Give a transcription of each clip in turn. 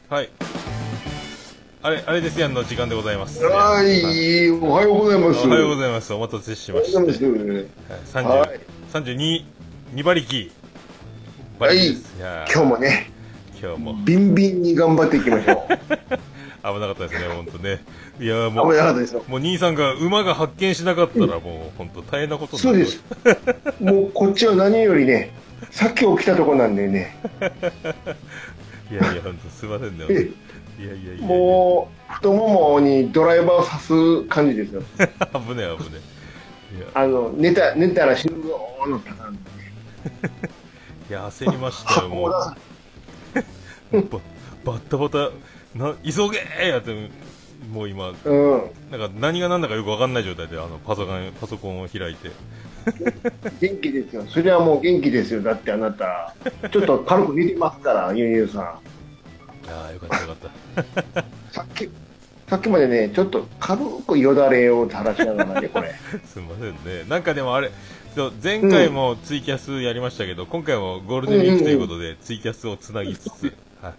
はい。あれですやんの時間でございます。 はい、おはようございます。 おはようございます。お待たせしまして。 おはようございます。 30、 はい。 32、2馬力。馬はい。 力です。いや今日もね、 今日も。 ビンビンに頑張っていきましょう。 危なかったですね、ほんとね。いやも危なかったですよ。 う兄さんが馬が発見しなかったらもうほんと大変なことになる。 そうです。もうこっちは何よりね、さっき起きたとこなんでね。 いやいや、ほんとすいませんね。いやいやいや。 もう、太ももにドライバーを刺す感じですよ。 危ねえ危ねえ。寝たら死ぬぞーのパターンでね。 いや、焦りましたよ、もう。バッタバタ、急げーやって、もう今、なんか何が何だかよく分かんない状態でパソコンを開いて。 元気ですよ。それはもう元気ですよ。だってあなた、ちょっと軽く寝てますから、ゆうゆうさん。 ああ、よかったよかった。 さっきまでね、ちょっと軽くよだれを垂らしながらね、これ。 すみませんね。なんかでもそう前回もツイキャスやりましたけど、今回もゴールデンウィークということで、ツイキャスをつなぎつつ、はい。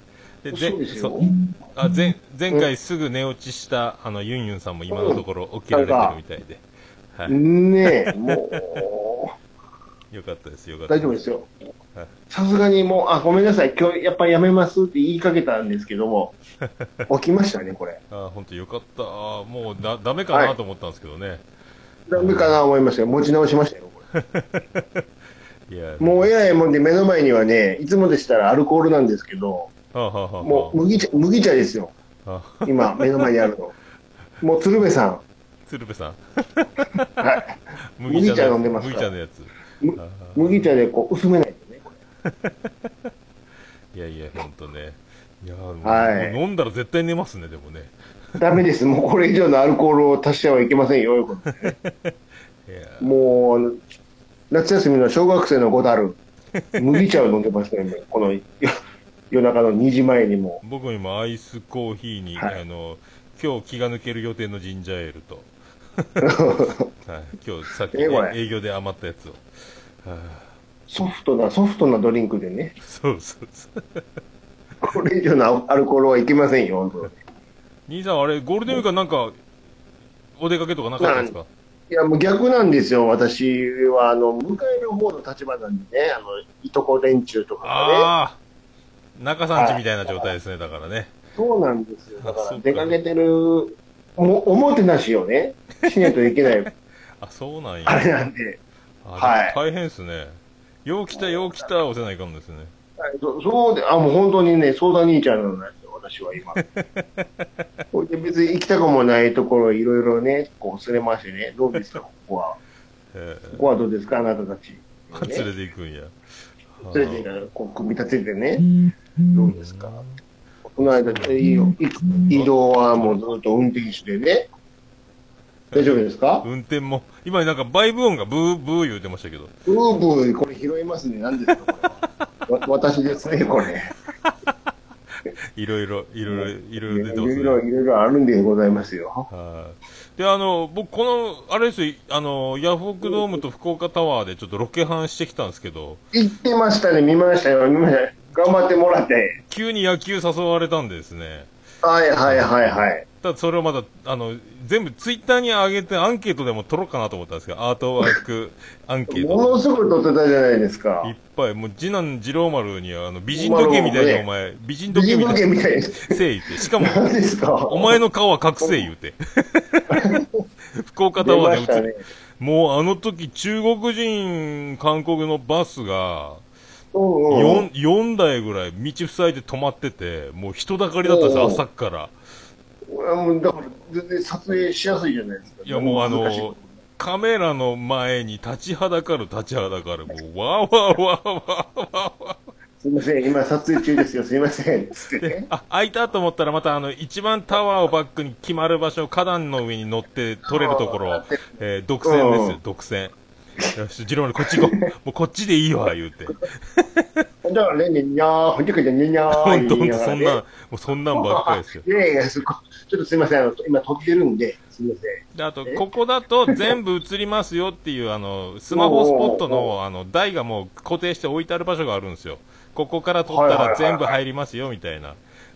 で、前回すぐ寝落ちしたユンユンさんも今のところ起きられてるみたいで、はい。 ねえ、もうよかったですよかった。 大丈夫ですよ。さすがにもう、ごめんなさい、今日やっぱりやめますって言いかけたんですけども、起きましたね、これ。 本当よかった。もうダメかなと思ったんですけどね。 ダメかなと思いましたよ。持ち直しましたよ、これ。いやもうえらいもんで目の前にはね、いつもでしたらアルコールなんですけど、もう麦茶ですよ。今、目の前にあるの。もう鶴瓶さん。 鶴瓶さんはい。麦茶飲んでますから。 麦茶のやつ。 麦茶でこう薄めないとね、これ。いやいや、ほんとね。いやはい、 もう飲んだら絶対寝ますね、でもね。 ダメです。もうこれ以上のアルコールを足してはいけませんよ、いうことでね。もう、夏休みの小学生の子たる、麦茶を飲んでましたね、この夜中の2時前にも。 僕にもアイスコーヒーに、はい、今日気が抜ける予定のジンジャーエールと、はい、今日さっき、営業で余ったやつを。 ソフトなドリンクでね。 そうそうそう。 これ以上のアルコールはいけませんよ、本当に。 兄さん、あれ、ゴールデンウィークはなんか、お出かけとかなかったんですか？ いや、もう逆なんですよ。私は、迎える方の立場なんでね、いとこ連中とかがね。 ああ、中さんちみたいな状態ですね、だからね。 そうなんですよ。だから、出かけてる、おもてなしをね、しないといけない。 あ、そうなんや。 あれなんで。 はい。大変ですね。よう来た、おせないかんですね。 そうで、もう本当にね、相談兄ちゃんなんですよ、私は今。で別に行きたくもないところいろいろね、こう、すれましてね、どうですか、ここは。ここはどうですか、あなたたち。 連れて行くんや。 連れて行かこう、組み立ててね、どうですか。この間、移動はもうずっと運転手でね、大丈夫ですか？ 運転も、今なんかバイブ音がブーブー言うてましたけど。 ブーブー、これ拾いますね。何ですか、これ。私ですね、これ。 いろいろ出てますね。いろいろあるんでございますよ。 で、僕、あれですよ、ヤフオクドームと福岡タワーでちょっとロケハンしてきたんですけど。 行ってましたね、見ましたよ。頑張ってもらって。 急に野球誘われたんでですね。 はいはいはいはい。 ただそれをまだ、全部ツイッターに上げてアンケートでも取ろうかなと思ったんですけど、アートワークアンケート。 ものすごい取ってたじゃないですか。 いっぱい。もう次男次郎丸に美人時計みたいにお前、美人時計みたいにせえ言って。しかも、お前の顔は隠せ言うて。福岡タワーで映る。もう時中国人、韓国のバスが、4台ぐらい道塞いで止まってて、もう人だかりだったんですよ、朝っから。 だから全然撮影しやすいじゃないですか。 いやもうカメラの前に立ちはだかる、もうわーわーわーわーわー。 すみません、今撮影中ですよ、すみません。つってね。 開いたと思ったらまた一番タワーをバックに決まる場所、花壇の上に乗って撮れるところ、独占ですよ、独占。よし、ジローにこっち行こう。もうこっちでいいわ、言うて。 だからね、にゃー、ほんとかじゃにゃー。 ほんと、そんなんばっかりですよ。 いやいや、ちょっとすみません、今撮ってるんで、すみません。 で、あと、ここだと全部映りますよっていう、スマホスポットの、台がもう固定して置いてある場所があるんですよ。ここから撮ったら全部入りますよ、みたいな。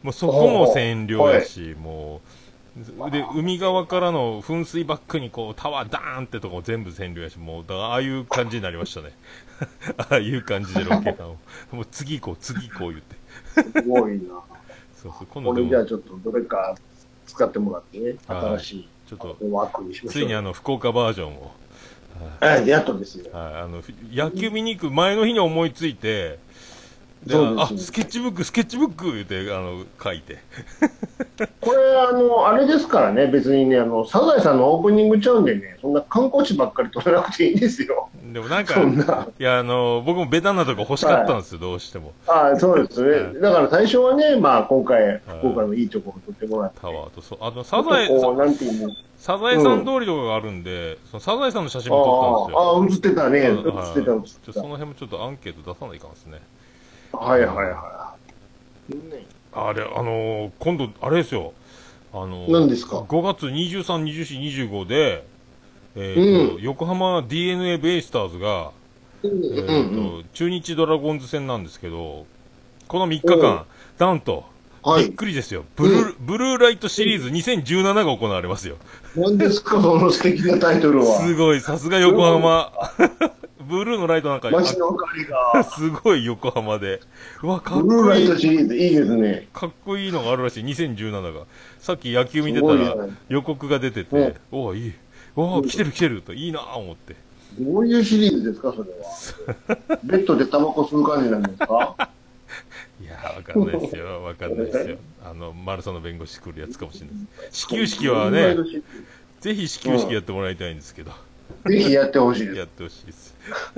もうそこも占領やし、もう、で、海側からの噴水バックにこう、タワーダーンってとこ全部占領やし、もう、だからああいう感じになりましたね。ああいう感じでロケハンを。もう次行こう、次行こう言って。 すごいな。 そうそう、 今度これじゃあちょっとどれか使ってもらってね、新しい。 ちょっと、 ワークにしましょう。 ついに福岡バージョンを。 やっとですよ。 野球見に行く前の日に思いついて、で、スケッチブック言って、書いて。 これ、あれですからね、別にね、サザエさんのオープニングちゃうんでね、そんな観光地ばっかり撮らなくていいんですよ。 でもなんか、いや、僕もベタなとこ欲しかったんですよ、どうしても。 そうですね。だから最初はね、まあ、今回、福岡のいいところを撮ってもらって。 タワーと、サザエさん通りとかがあるんで、サザエさんの写真も撮ったんですよ。 映ってたね、映ってた。 その辺もちょっとアンケート出さないかんですね。 はいはいはい。 あれ、今度、あれですよ。 何ですか ?5 月23、24、25で、横浜 DNA ベイスターズが、中日ドラゴンズ戦なんですけど、この3日間、なんと、びっくりですよ。ブルーライトシリーズ2017が行われますよ。 何ですか、その素敵なタイトルは。 すごい、さすが横浜。ブルーのライトなんか街の明かりが。 すごい横浜で。うわ、かっこいい。 ブルーライトシリーズ、いいですね。 かっこいいのがあるらしい、2017が。さっき野球見てたら予告が出てて、おいい。来てるといいなぁ思って。 どういうシリーズですか、それは。ベッドでタバコ吸う感じなんですかいやー、わかんないですよ。わかんないですよ。マルサの弁護士来るやつかもしれないです。始球式はね、ぜひ始球式やってもらいたいんですけど。 ぜひやってほしいです。 やってほしいです。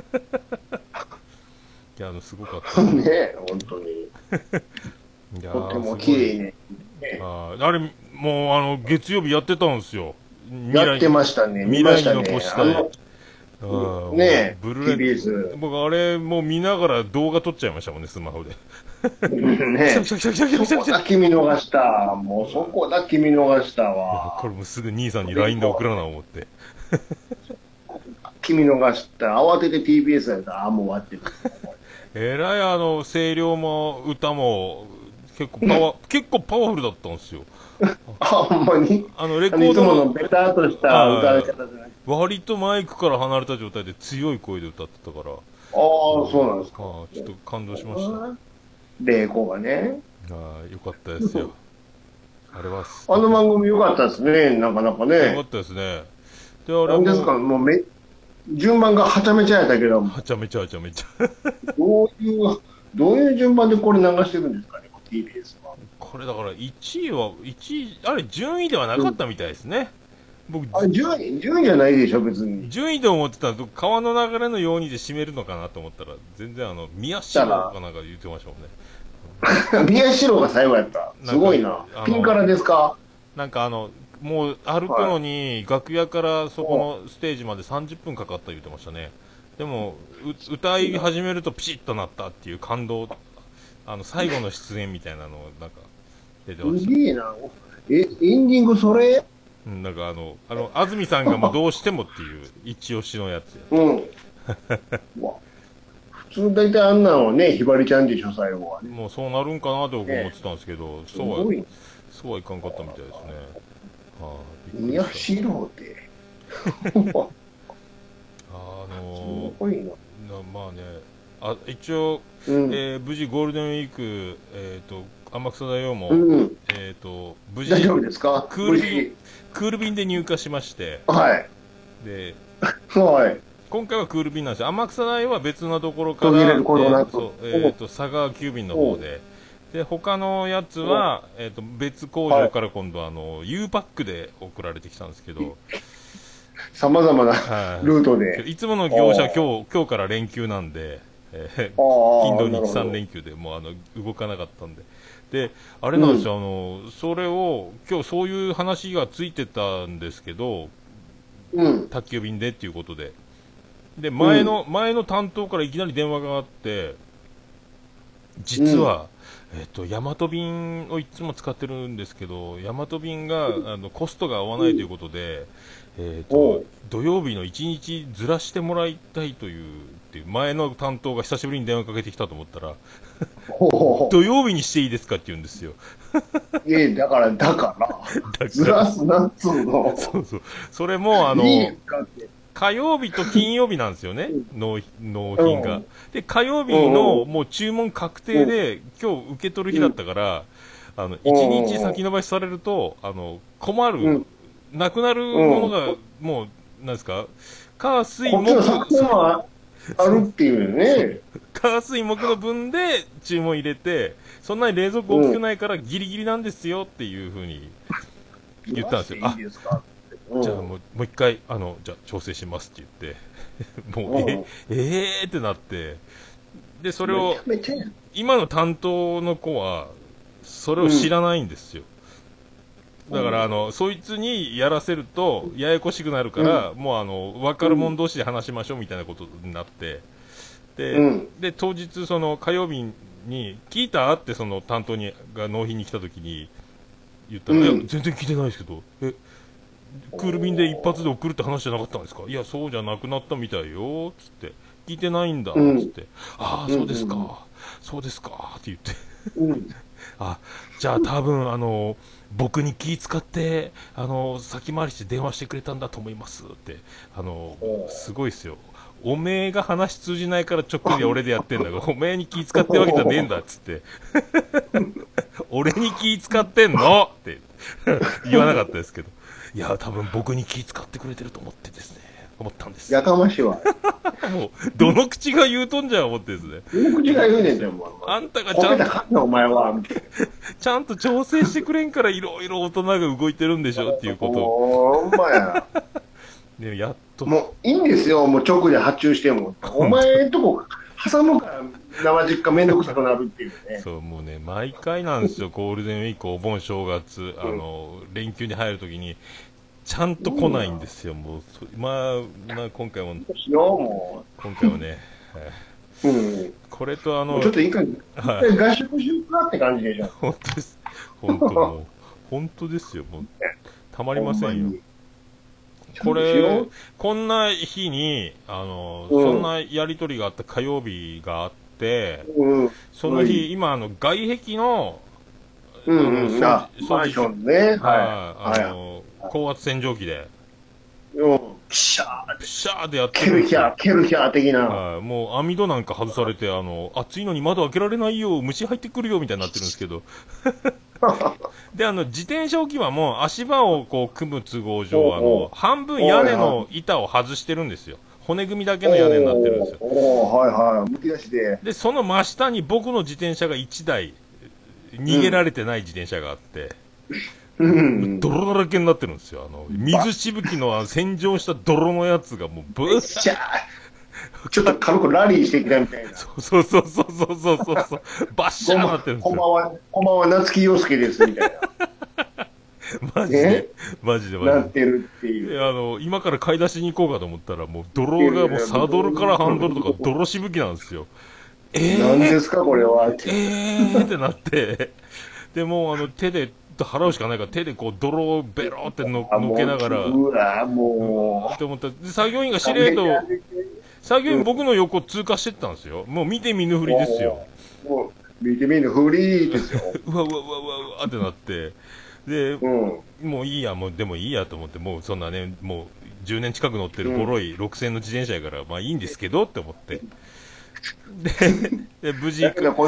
いや、すごかった。 ね、本当に。とても綺麗ね。 あれ、もう、月曜日やってたんですよ。 やってましたね。 未来に残したい。 ねえ、 ブルーレイ。僕、あれ、もう見ながら動画撮っちゃいましたもんね、スマホで。 ねえ。そこだけ見逃した。もうそこだけ見逃したわ。 これもすぐ兄さんに LINE で送らな思って。 君逃した。慌てて TBS やったら、もう終わってる。 えらい声量も歌も結構パワフルだったんですよ。 ほんまにレコードのベターとした歌い方じゃない。 割とマイクから離れた状態で強い声で歌ってたから。 そうなんですか。 ちょっと感動しました。 玲子がね。 よかったですよ。あれは。 番組よかったですね、なかなかね。 よかったですね。 で、あれなんですか、もう順番がはちゃめちゃやったけど。 はちゃめちゃ。 どういう順番でこれ流してるんですかね、TBS は。 これだから1位、あれ順位ではなかったみたいですね。僕、 順位じゃないでしょ、別に。 順位で思ってたら、川の流れのようにで締めるのかなと思ったら、全然宮代かなんか言ってましたもんね。 宮代が最後やった。すごいな。ピンからですか？ なんかもう歩くのに、楽屋からそこのステージまで30分かかった言ってましたね。でも、歌い始めるとピシッとなったっていう感動、最後の出演みたいなのをなんか出てました。 すげえな。エンディングそれ？ なんか安住さんがもうどうしてもっていう一押しのやつや。 普通大体あんなんはね、ひばりちゃんでしょ、最後はね。 もうそうなるんかなって僕思ってたんですけど、そうはいかんかったみたいですね。 いや、素人で。すごいな。 まあね、一応、無事ゴールデンウィーク、天草大王も、無事、 大丈夫ですか？ クール便で入荷しまして、 はい。 で、 はい。 今回はクール便なんですよ。天草大は別のところから、佐川急便の方で、で、他のやつは、別工場から今度U パックで送られてきたんですけど、 様々なルートで。 いつもの業者今日から連休なんで、金土日3連休でもう動かなかったんで。で、あれなんですよ、それを、今日そういう話がついてたんですけど、宅急便でっていうことで。で、前の担当からいきなり電話があって、実は、 ヤマト便をいつも使ってるんですけど、ヤマト便がコストが合わないということで、土曜日の1日ずらしてもらいたいという、前の担当が久しぶりに電話かけてきたと思ったら、土曜日にしていいですかって言うんですよ。 だから、ずらすなっつうの。 そうそう。それも、火曜日と金曜日なんですよね、納品が。で、火曜日のもう注文確定で、今日受け取る日だったから、1日先延ばしされると、困る、なくなるものが、もう、なんですか、火、水、木、 あるっていうね。 火、水、木の分で注文入れて、そんなに冷蔵庫大きくないからギリギリなんですよっていうふうに言ったんですよ。 いいですか？ じゃあもう一回、じゃあ調整しますって言って、もう、ってなって、で、それを、今の担当の子は、それを知らないんですよ。だから、そいつにやらせると、ややこしくなるから、もう分かる者同士で話しましょうみたいなことになって、で、当日、その、火曜日に、聞いたってその担当が納品に来た時に、言ったら、いや、全然聞いてないですけど、クール便で一発で送るって話じゃなかったんですか？いや、そうじゃなくなったみたいよ、つって。聞いてないんだ、つって。ああ、そうですか、そうですか、って言って。あ、じゃあ多分、僕に気使って、先回りして電話してくれたんだと思います、って。すごいっすよ。おめえが話通じないからちょっくり俺でやってんだが、おめえに気使ってるわけじゃねえんだ、つって。俺に気使ってんのって言わなかったですけど。いや、多分僕に気使ってくれてると思ってですね、思ったんです。 やかましいわ。 もう、どの口が言うとんじゃ思ってですね。 どの口が言うねんじゃん、もう。 あんたがちゃんと、お前は。 ちゃんと調整してくれんからいろいろ大人が動いてるんでしょっていうこと。 ほんまや。 ね、やっと。 もう、いいんですよ、もう直で発注しても。お前んとこ挟むから生実家めんどくさくなるっていうね。 そう、もうね、毎回なんですよ、ゴールデンウィーク、お盆、正月、連休に入るときに、ちゃんと来ないんですよ、もう。まあ、今回も。今回はね、これとちょっといいか、合宿しようかって感じでしょ。 本当です。本当ですよ、もう。たまりませんよ。これ、こんな日に、そんなやりとりがあった火曜日があって、その日、今、外壁の、 マンションね。 高圧洗浄機で、 ピシャーでやってる。 ケルヒャー的な。 もう網戸なんか外されて、暑いのに窓開けられないよ、虫入ってくるよ、みたいになってるんですけど。で、自転車置き場も足場をこう組む都合上、半分屋根の板を外してるんですよ。骨組みだけの屋根になってるんですよ。 むき出しで。 で、その真下に僕の自転車が1台、逃げられてない自転車があって、泥だらけになってるんですよ。水しぶきの洗浄した泥のやつがもうブーッちょっと軽くラリーしてきたみたいな。 そう。バッシャーなってるんですよ。 こんばんは、夏木陽介です、みたいな。 マジで。 なってるっていう。 今から買い出しに行こうかと思ったら、もう泥がもうサドルからハンドルとか泥しぶきなんですよ。 何ですか、これは。 ってなって。で、もう手で、払うしかないから手でこう泥をベローってのけながら、って思った。作業員がしれっと、作業員僕の横通過してったんですよ。もう見て見ぬふりですよ。 もう見て見ぬふりですよ。 うわってなって。で、もういいや、でもいいやと思って、もうそんなね、もう10年近く乗ってるボロい6000の自転車やから、まあいいんですけどって思って。で、無事、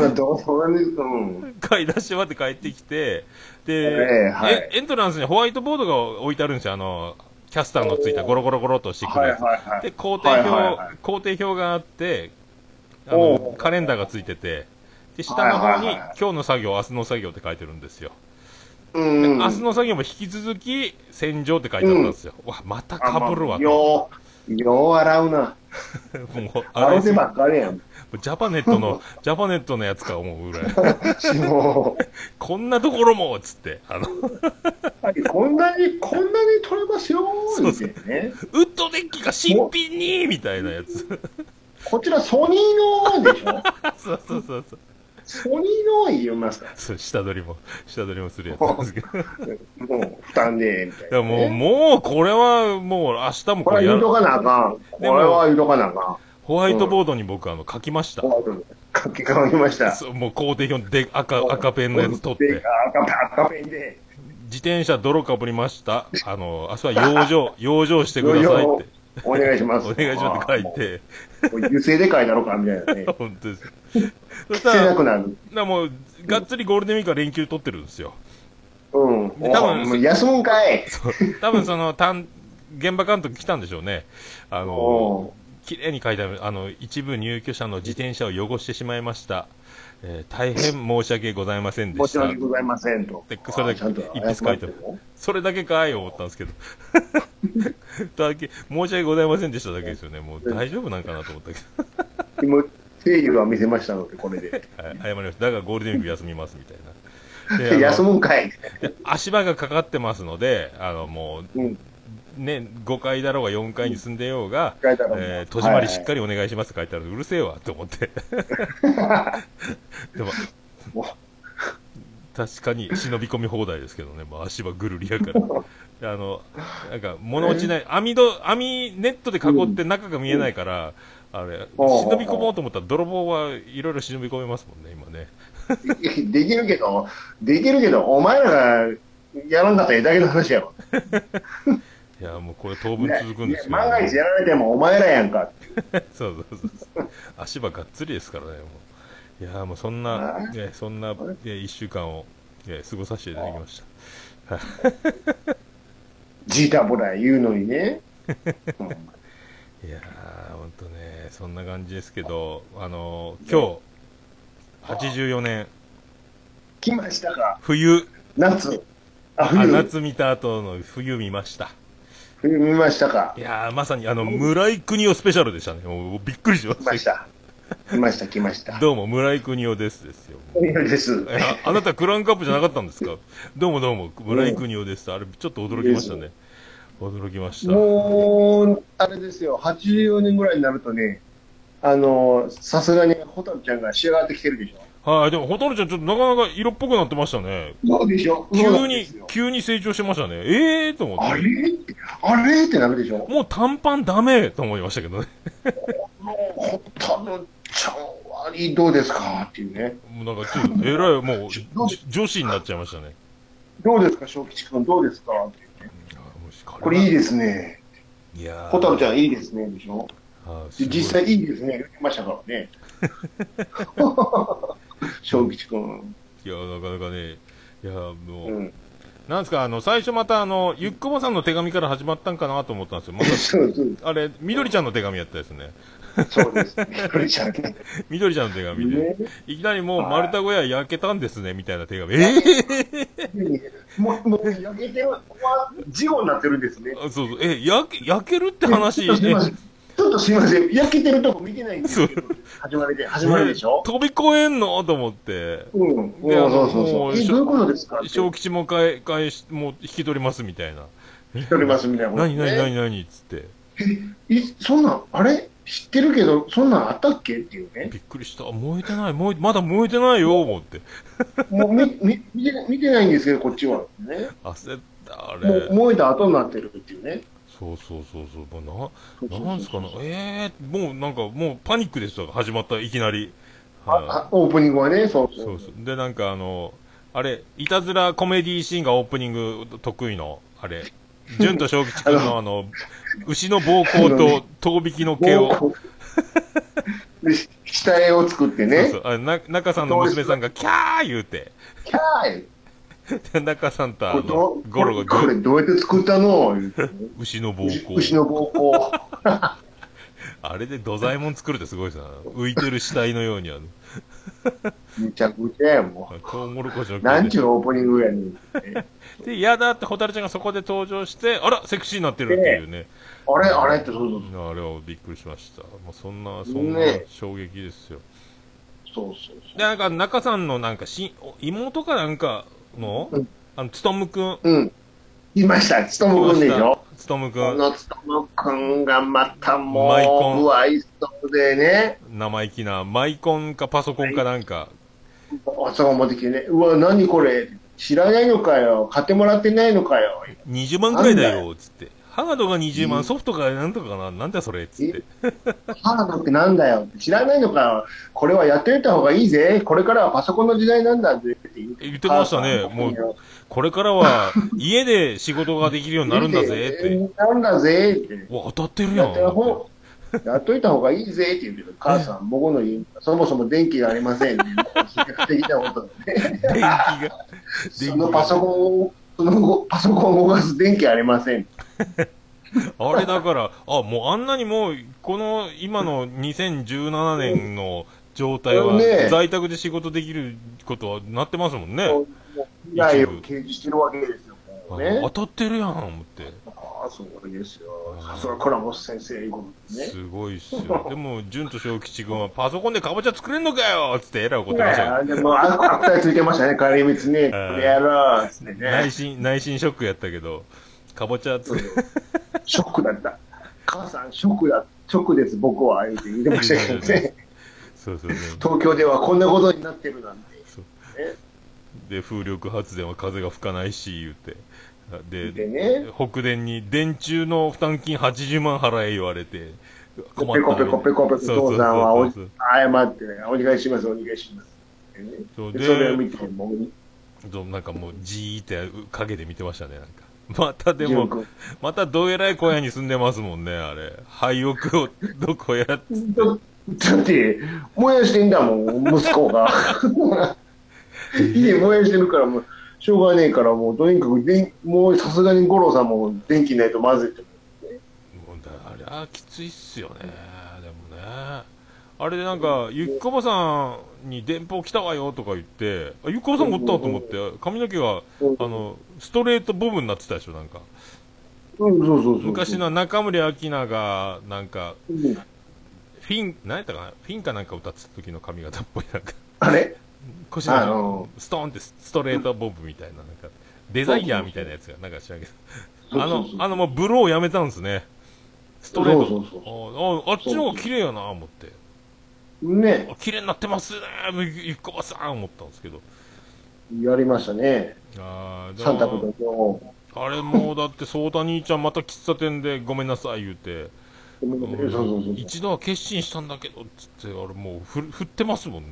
買い出し終わって帰ってきて、で、エントランスにホワイトボードが置いてあるんですよ。キャスターのついたゴロゴロとしてくるやつ。で、工程表があって、カレンダーがついてて、で、下の方に今日の作業、明日の作業って書いてるんですよ。明日の作業も引き続き洗浄って書いてあったんですよ。わ、またかぶるわ。 よう洗うな。もう、あればっかりやん。 ジャパネットのやつか思うぐらい。こんなところもつって、 こんなに取れますよーってね。 ウッドデッキが新品にみたいなやつ。 こちらソニーのでしょ。 そう。 ソニーの言いますか？ そう、下取りもするやつなんですけど。 もう、負担で、みたいな、ね。 いや、もう、これは、もう、明日もこれ言うとかなあかん。これは言うとかなあかん。 ホワイトボードに僕、書きました。 書きました。 そう、もう、工程表で赤ペンのやつ取って。 赤ペンで。 自転車泥かぶりました。明日は養生してくださいって。 お願いします。 お願いしますって書いて。 油性で書いたろか、みたいなね。 本当です。 そしたら、なくなる。 もう、がっつりゴールデンウィークは連休取ってるんですよ。 うん。多分、休むんかい。 多分現場監督来たんでしょうね。綺麗に書いてある、一部入居者の自転車を汚してしまいました。大変申し訳ございませんでした。 申し訳ございませんと。 で、それだけ、一筆書いてある。それだけかい思ったんですけど。だけ、申し訳ございませんでしただけですよね。もう大丈夫なんかなと思ったけど。 もう、誠意は見せましたので、これで。 はい、謝りました。だからゴールデンウィーク休みますみたいな。 休むんかい。 足場がかかってますので、もう、ね、5階だろうが4階に住んでようが、戸締まりしっかりお願いしますって書いてある。うるせえわって思って。でも、確かに忍び込み放題ですけどね、まあ、足場ぐるりやから。なんか、物落ちない、網ネットで囲って中が見えないから、忍び込もうと思ったら泥棒はいろいろ忍び込めますもんね、今ね。 できるけど、お前らがやらんかったらだけの話やろ。 いや、もうこれ当分続くんですよ、 万が一やられてもお前らやんか。 そう。足場がっつりですからね、もう。いや、もうそんな1週間を過ごさせていただきました。 ジータボラ言うのにね。 いやー、ほんとね、そんな感じですけど、今日、84年。 来ましたか。 夏見た後の冬見ました。 冬見ましたか。 いやー、まさに村井邦夫スペシャルでしたね。もうびっくりしました。 来ました。 どうも、村井邦夫ですよ。 です。 あなたクランクアップじゃなかったんですか？どうも、村井邦夫です。あれ、ちょっと驚きましたね。驚きました。 もう、あれですよ、84年ぐらいになるとね、さすがにホタルちゃんが仕上がってきてるでしょ。 はい、でも、ホタルちゃんちょっとなかなか色っぽくなってましたね。 そうでしょ。 急に成長してましたね。と思って。 あれってなるでしょ。 もう短パンダメと思いましたけどね。 ホタルちゃんはどうですかっていうね。 もうなんかちょっと、えらい、もう、女子になっちゃいましたね。 どうですか、小吉君、どうですかっていうね。これいいですね。 いやホタルちゃんいいですね、でしょ。実際いいですね、言ってましたからね。小吉君。 いや、なかなかね、いや、もう、なんですか、最初またゆっこばさんの手紙から始まったんかなと思ったんですよ。また、あれ、みどりちゃんの手紙やったですね。 そうです。 みどりちゃんの手紙で、いきなりもう丸太小屋焼けたんですね、みたいな手紙。 もう焼けてる、事故になってるんですね。 そう、焼けるって話。 ちょっとすいません。焼けてるとこ見てないんですけど。始まるでしょ。 飛び越えんのと思って。 そう。どういうことですか？ 小吉ももう引き取りますみたいな。 引き取りますみたいな。 何つって。 そんなん、あれ知ってるけど、そんなんあったっけっていうね。 びっくりした。燃えてない。まだ燃えてないよ、思って。 もう見てないんですけど、こっちは。ね。 焦った、あれ。 もう燃えた後になってるっていうね。 そう。もうなんすかな。もうなんか、もうパニックですよ。始まった、いきなり。 オープニングはね、そう。 で、なんかあれ、いたずらコメディーシーンがオープニング得意の、あれ、純と小吉くんの牛の膀胱と遠引きの毛を。 下絵を作ってね。 そう中さんの娘さんがキャー言うて。 キャーで、中さんとゴロゴロ。これどうやって作ったの？ 牛の膀胱。 牛の膀胱。 あれで土左衛門作るってすごいさ。浮いてる死体のようにめちゃくちゃやもん。 トウモロコシのなんちゅうオープニングやねん。 で、嫌だってホタルちゃんがそこで登場して、あら、セクシーになってるっていうね。 あれってそう。 あれはびっくりしました。もうそんな衝撃ですよ。 そう。 で、なんか中さんのなんか妹かなんかの、つとむくん。 いました、つとむくんでしょ。 つとむくん。 このつとむくんがまたもう、不愛想でね。 生意気な、マイコンかパソコンかなんか。 パソコン持ってきてね、うわ、何これ知らないのかよ、買ってもらってないのかよ。 20万くらいだよ、つって。ハードが20万、ソフトがなんとかな、なんだそれ、つって。 ハードってなんだよ、知らないのかよ、これはやっておいた方がいいぜ、これからはパソコンの時代なんだぜって言ってましたね、もう、これからは家で仕事ができるようになるんだぜって。 なんだぜって。 当たってるやん。 やっといた方がいいぜって言うけど、母さん、僕の家、そもそも電気がありません。的なことでね。電気が。そのパソコンを動かす電気ありません。 あれだから、もうあんなにもう、この今の2017年の状態は、在宅で仕事できることはなってますもんね。 未来を掲示してるわけですよ。 ね、当たってるやん、思って。 すごいですよ。さすが倉本先生いうことですね。すごいっすよ。でも、淳と小吉君はパソコンでかぼちゃ作れんのかよつってえらい怒ってましたよ。 でも、悪態ついてましたね、帰り道ね。やろうつってね。 内心ショックやったけど、かぼちゃ作れ。 ショックだった。母さん、ショックです、僕は。言ってましたけどね。そうね。東京ではこんなことになってるなんて。 で、風力発電は風が吹かないし、言って。でね、北電に電柱の負担金80万払え言われて、 困った。ペコペコ、父さんは謝ってね、お願いします、お願いします。それを見てもなんかもう、じーって影で見てましたね、なんか。またどえらい小屋に住んでますもんね、あれ。廃屋をどこやって。 だって、燃やしてんだもん、息子が。家燃やしてるからもう、しょうがねえから、もうとにかくもうさすがに五郎さんも電気ないとまずいって思って。 あれはきついっすよね。でもね。あれでなんか、ゆっこばさんに電報来たわよとか言って、ゆっこばさんおったと思って、髪の毛が、ストレートボブになってたでしょ、なんか。 そう昔の中森明菜が、なんか、何やったかな、フィンかなんか歌ってた時の髪型っぽい、なんか。 あれ腰のストーンってストレートボブみたいな、なんか、デザイヤーみたいなやつが、なんか知らんけど。もうブローやめたんですね。ストレート。あっちの方が綺麗やな、思って。 ね。 綺麗になってますね、ゆっこばさん、思ったんですけど。 やりましたね。サンタクのあれもうだって、そうた兄ちゃんまた喫茶店でごめんなさい言うて。一度は決心したんだけど、つって、あれもう振ってますもんね。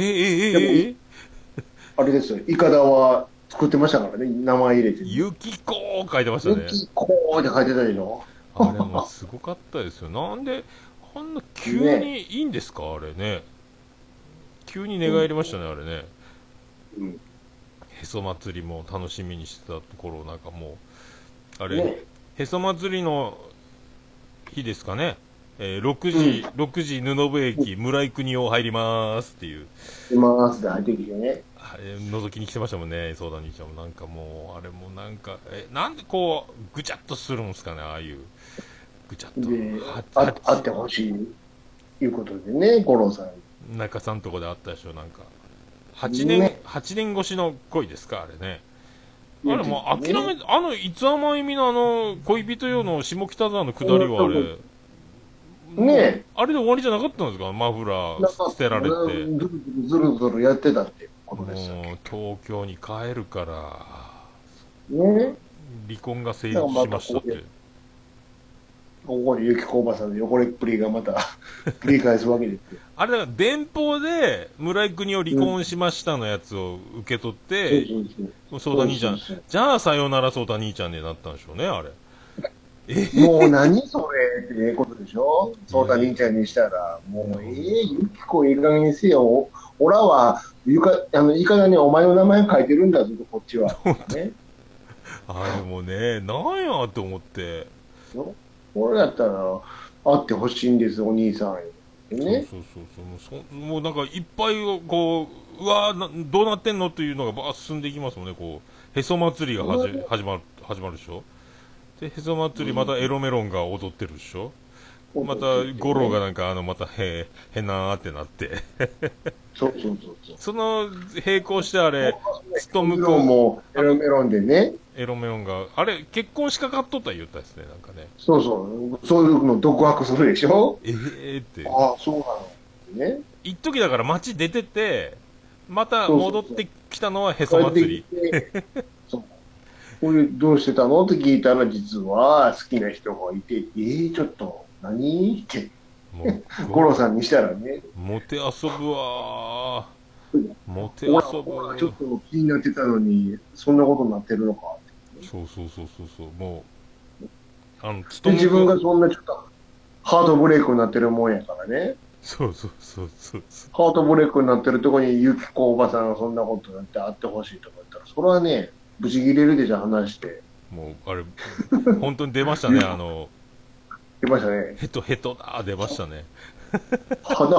あれですよ、イカダは作ってましたからね、名前入れて。 ゆきこー書いてましたね。 ゆきこーって書いてたでしょ。 あれもすごかったですよ。なんで、あんな急にいいんですか、あれね。急に寝返りましたね、あれね。へそ祭りも楽しみにしてたところ、なんかもう、あれ、へそ祭りの、日ですかね、6時布部駅村井国を入りますっていう入ってきてね、 覗きに来てましたもんね、相談兄ちゃんも。なんかもうあれもなんかなんでこうぐちゃっとするんですかね、ああいうぐちゃっとあってほしいいうことでね、五郎さん中さんとこであったでしょ。なんか8年越しの恋ですか、あれね。あれもう諦め、いつあまゆみの恋人用の下北沢の下りはあれ、 ね、 あれで終わりじゃなかったんですか、マフラー捨てられて。 ずるずるやってたってことでした。 もう東京に帰るから、 ね、 離婚が成立しましたって。 ここにゆきこおばさんの汚れっぷりがまた繰り返すわけですよ。 あれだから電報で村井国を離婚しましたのやつを受け取って、そうた兄ちゃん、じゃあさよならそうた兄ちゃんになったんでしょうね、あれ。 もう何それってことでしょ、そうた兄ちゃんにしたら。もうゆきこいい加減にせよ。おらはいかだにお前の名前書いてるんだぞ、こっちは。ね、 あれもね、なんやと思って。 俺だったら会ってほしいんです、お兄さん。ね、 もうなんかいっぱいこう、うわーどうなってんのというのがばー進んでいきますもんね。こうへそ祭りが始まるでしょ。でへそ祭りまたエロメロンが踊ってるでしょ。また五郎がなんかまたへなーってなってその並行してあれストムコもエロメロンでね、 エロメロンがあれ結婚しかかっとった言ったですね、なんかね。 そういうの独白するでしょ。 ってああそうなのね。 一時だから街出ててまた戻ってきたのはへそ祭り。 そう。これどうしてたのって聞いたら、実は好きな人がいて、ちょっと、何って。五郎さんにしたらね。 モテ遊ぶわー。モテ遊ぶ。 ちょっと気になってたのに、そんなことになってるのかって。 そう。もう、 で、自分がそんなちょっと、ハートブレイクになってるもんやからね。 そう。 ハートブレイクになってるとこに、ゆきこおばさんがそんなことになって会ってほしいとか言ったら、それはね、ブチギレるでじゃ話して。 もう、あれ、本当に出ましたね、 出ましたね。 ヘトだ、出ましたね。 肌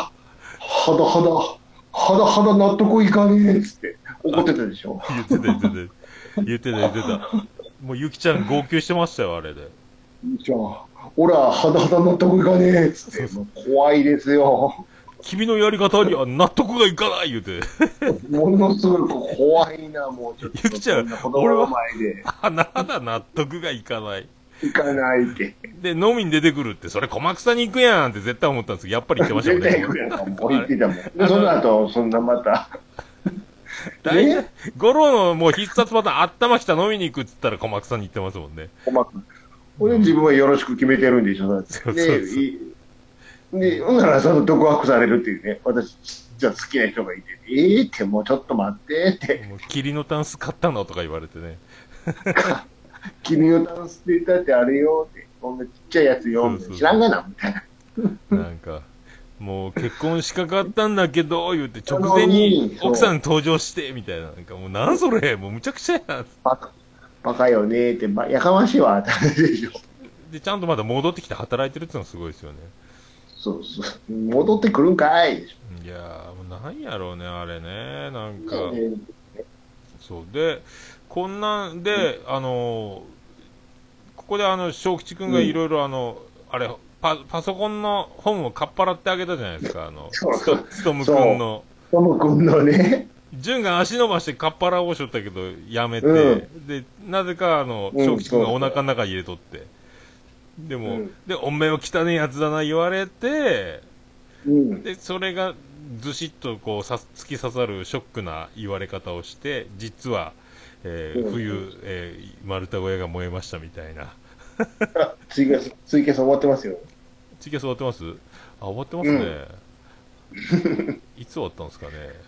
納得いかねえっつって怒ってたでしょ。 言ってた。もうゆきちゃん号泣してましたよ、あれで。 じゃあ、俺は肌納得いかねえっつって、もう怖いですよ。 君のやり方には納得がいかない言うて。 ものすごい怖いな、もうちょっと。 ゆきちゃん、俺は、肌納得がいかない。 いかないって。 で、飲みに出てくるって、それ小松さんに行くやんって絶対思ったんですけど、やっぱり言ってましたもんね。 絶対行くやんか、もう言ってたもん。で、その後、そんなまた。 大体、五郎のもう必殺パターン、頭きた飲みに行くって言ったら小松さんに言ってますもんね。 小松。これ自分はよろしく決めてるんでしょ、だって。で、ほんならその独白されるっていうね、私、じゃあ好きな人がいて、ってもうちょっと待ってって。 もう霧のタンス買ったのとか言われてね。 君のタンスって言ったってあれよって、こんなちっちゃいやつよ、知らんがな、みたいな。なんか、もう結婚しかかったんだけど、言うて直前に奥さん登場して、みたいな。なんかもうなんそれ、もうむちゃくちゃやん。 バカよねって、やかましいわ、って話でしょ。 で、ちゃんとまだ戻ってきて働いてるってのはすごいですよね。 そう。戻ってくるんかい。 いやー、もうなんやろうね、あれね。なんか、そう。で、こんなんで、ここで小吉くんがいろいろあれ、パソコンの本をかっぱらってあげたじゃないですか、ストムくんの。 ストムくんのね。 純が足伸ばしてかっぱらをしょったけど、やめて、で、なぜか小吉くんがお腹の中に入れとって。でも、で、おめえは汚いやつだな言われて、で、それがずしっとこう突き刺さるショックな言われ方をして、実は、冬、丸太小屋が燃えましたみたいな。 ツイキャス終わってますよ。 ツイキャス終わってます？あ、終わってますね。いつ終わったんですかね。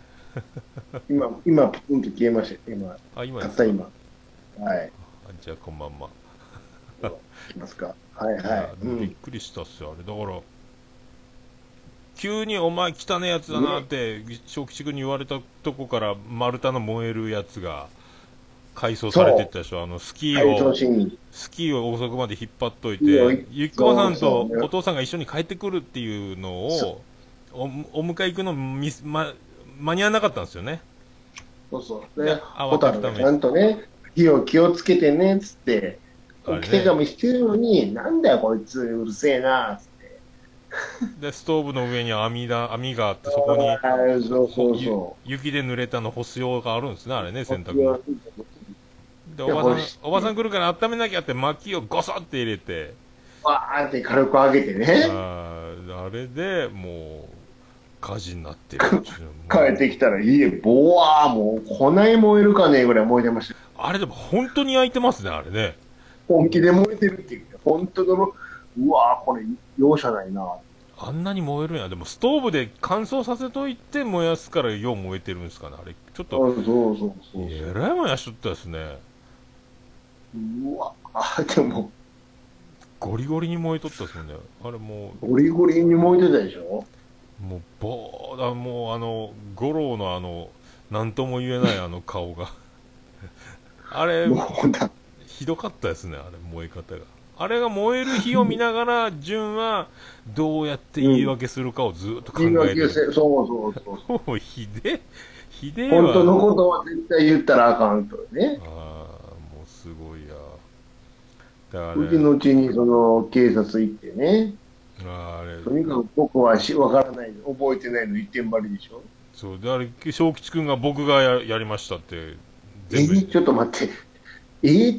今、プンと消えました。今たった今。はい。 じゃあ、こんばんは。 来ますか。はい。 びっくりしたっすよ、あれ。だから、急にお前汚ねえやつだなって、小吉君に言われたとこから丸太の燃えるやつが改装されていったでしょ。スキーを遅くまで引っ張っといて、ゆきこさんとお父さんが一緒に帰ってくるっていうのを、お迎え行くの間に合わなかったんですよね。 そう。で、ホタルがちゃんとね、火を気をつけてね、つって、手紙してるのに、なんだよこいつ、うるせえな、つって。 で、ストーブの上に網があって、そこに、雪で濡れたの干す用があるんですね、あれね、洗濯の。で、おばさん来るから温めなきゃって薪をゴソって入れて、 わーって軽く上げてね。 あれでもう、火事になってる。 帰ってきたら家、ボワー、もう、こない燃えるかねぐらい燃えてました。 あれでも本当に焼いてますね、あれね。 本気で燃えてるっていう。本当の、うわー、これ、容赦ないな。 あんなに燃えるんや。でもストーブで乾燥させといて燃やすからよう燃えてるんですかね。あれ、ちょっと、 そう。 えらい燃やしとったですね。 うわ、でも、 ゴリゴリに燃えとったですもんね。あれもう。ゴリゴリに燃えてたでしょ。 もう五郎のなんとも言えない顔が。あれ、ひどかったですね、あれ、燃え方が。あれが燃える火を見ながら、純はどうやって言い訳するかをずっと考えてる。 そう。 ひでえわ。本当のことは絶対言ったらあかんとね。 もうすごいや。 だからね。後に警察行ってね。とにかく僕はわからない、覚えてないの一点張りでしょ。 そう、で、あれ、小吉くんが僕がやりましたって、 ちょっと待って。って。